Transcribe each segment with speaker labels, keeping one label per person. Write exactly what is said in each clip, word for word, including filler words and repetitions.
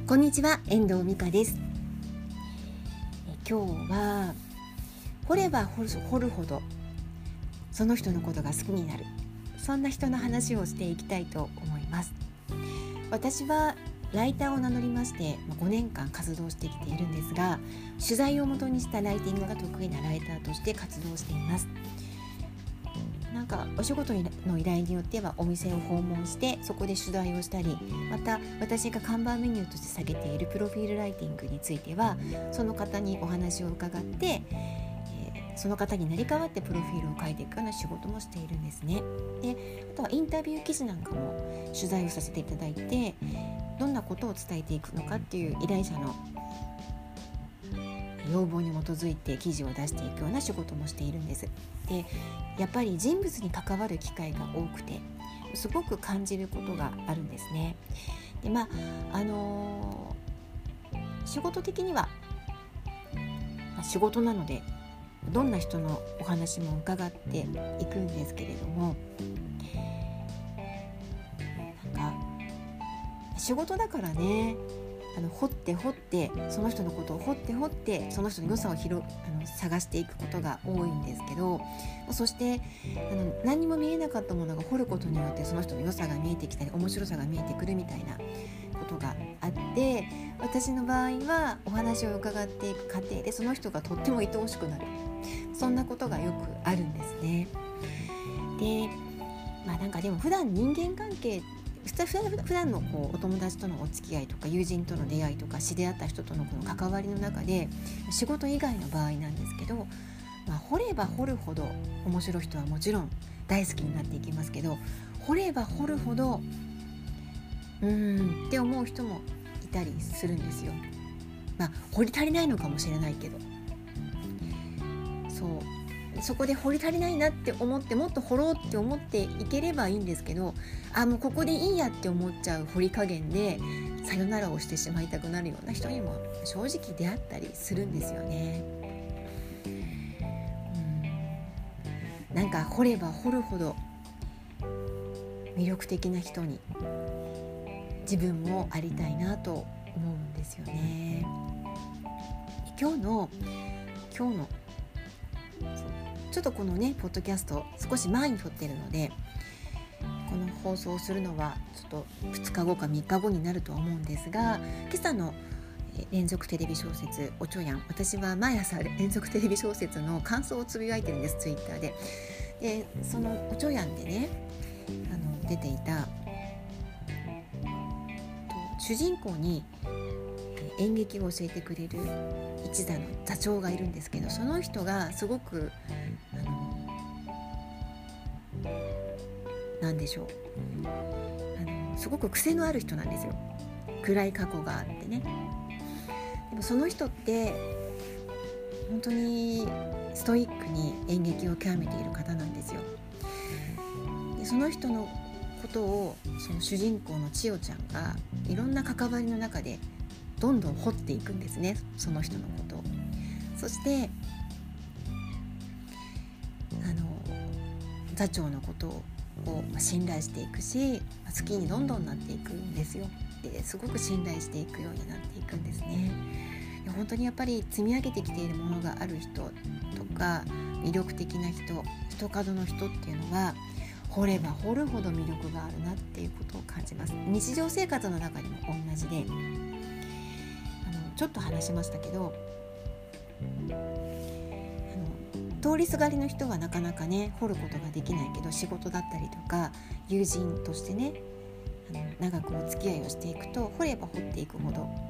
Speaker 1: こんにちは、遠藤美香です。え今日は掘れば掘る、掘るほどその人のことが好きになる、そんな人の話をしていきたいと思います。私はライターを名乗りましてごねんかん活動してきているんですが、取材をもとにしたライティングが得意なライターとして活動しています。なんかお仕事の依頼によってはお店を訪問してそこで取材をしたり、また私が看板メニューとして下げているプロフィールライティングについてはその方にお話を伺って、えー、その方になり代わってプロフィールを書いていくような仕事もしているんですね。で、あとはインタビュー記事なんかも取材をさせていただいて、どんなことを伝えていくのかっていう依頼者の要望に基づいて記事を出していくような仕事もしているんです。で、やっぱり人物に関わる機会が多くてすごく感じることがあるんですね。で、まああのー、仕事的には、まあ、仕事なのでどんな人のお話も伺っていくんですけれども、なんか仕事だからね、あの掘って掘ってその人のことを掘って掘ってその人の良さを広あの探していくことが多いんですけど、そしてあの何にも見えなかったものが掘ることによってその人の良さが見えてきたり面白さが見えてくるみたいなことがあって、私の場合はお話を伺っていく過程でその人がとっても愛おしくなる、そんなことがよくあるんですね。で、まあなんかでも普段人間関係普段のこうお友達とのお付き合いとか友人との出会いとか知り合った人とのこの関わりの中で仕事以外の場合なんですけど、まあ、掘れば掘るほど面白い人はもちろん大好きになっていきますけど、掘れば掘るほどうーんって思う人もいたりするんですよ。まあ掘り足りないのかもしれないけど、そうそこで掘り足りないなって思ってもっと掘ろうって思っていければいいんですけど、あもうここでいいやって思っちゃう掘り加減でさよならをしてしまいたくなるような人にも正直出会ったりするんですよね。うんなんか掘れば掘るほど魅力的な人に自分もありたいなと思うんですよね。今日の今日のちょっとこのねポッドキャスト少し前に撮ってるのでこの放送をするのはちょっとふつかごかみっかごになるとは思うんですが、今朝の連続テレビ小説おちょやん、私は毎朝連続テレビ小説の感想をつぶやいてるんです、ツイッターで。でそのおちょやんでねあの出ていた主人公に演劇を教えてくれる一座の座長がいるんですけど、その人がすごくあのなんでしょうあのすごく癖のある人なんですよ。暗い過去があってね。でもその人って本当にストイックに演劇を極めている方なんですよ。でその人のことをその主人公の千代ちゃんがいろんな関わりの中でどんどん掘っていくんですね、その人のことを。そしてあの座長のことを信頼していくし好きにどんどんなっていくんですよ。ですごく信頼していくようになっていくんですね。本当にやっぱり積み上げてきているものがある人とか魅力的な人、人角の人っていうのは掘れば掘るほど魅力があるなっていうことを感じます。日常生活の中にも同じで、あのちょっと話しましたけど、あの通りすがりの人はなかなかね掘ることができないけど、仕事だったりとか友人としてねあの長くお付き合いをしていくと掘れば掘っていくほど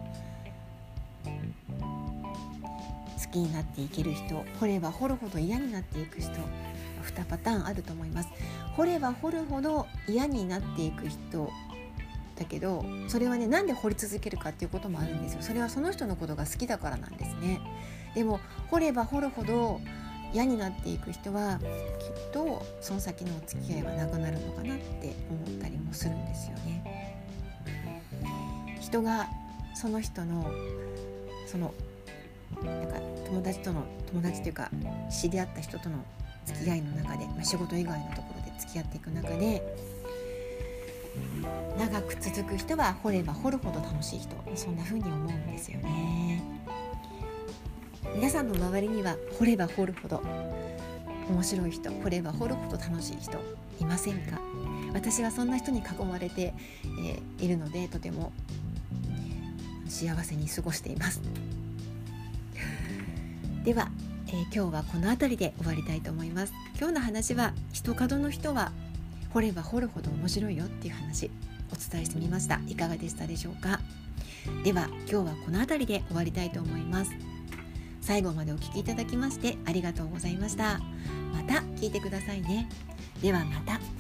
Speaker 1: 好きになっていける人、掘れば掘るほど嫌になっていく人、にパターンあると思います。掘れば掘るほど嫌になっていく人だけど、それはねなんで掘り続けるかっていうこともあるんですよ。それはその人のことが好きだからなんですね。でも掘れば掘るほど嫌になっていく人はきっとその先のお付き合いはなくなるのかなって思ったりもするんですよね。人がその人のそのなんか友達との友達というか知り合った人との付き合いの中で、まあ、仕事以外のところで付き合っていく中で長く続く人は掘れば掘るほど楽しい人、そんな風に思うんですよね。皆さんの周りには掘れば掘るほど面白い人、掘れば掘るほど楽しい人いませんか？私はそんな人に囲まれて、えー、いるので、とても幸せに過ごしています。では、えー、今日はこの辺りで終わりたいと思います。今日の話は、一角の人は掘れば掘るほど面白いよっていう話、お伝えしてみました。いかがでしたでしょうか？では今日はこの辺りで終わりたいと思います。最後までお聞きいただきましてありがとうございました。また聞いてくださいね。ではまた。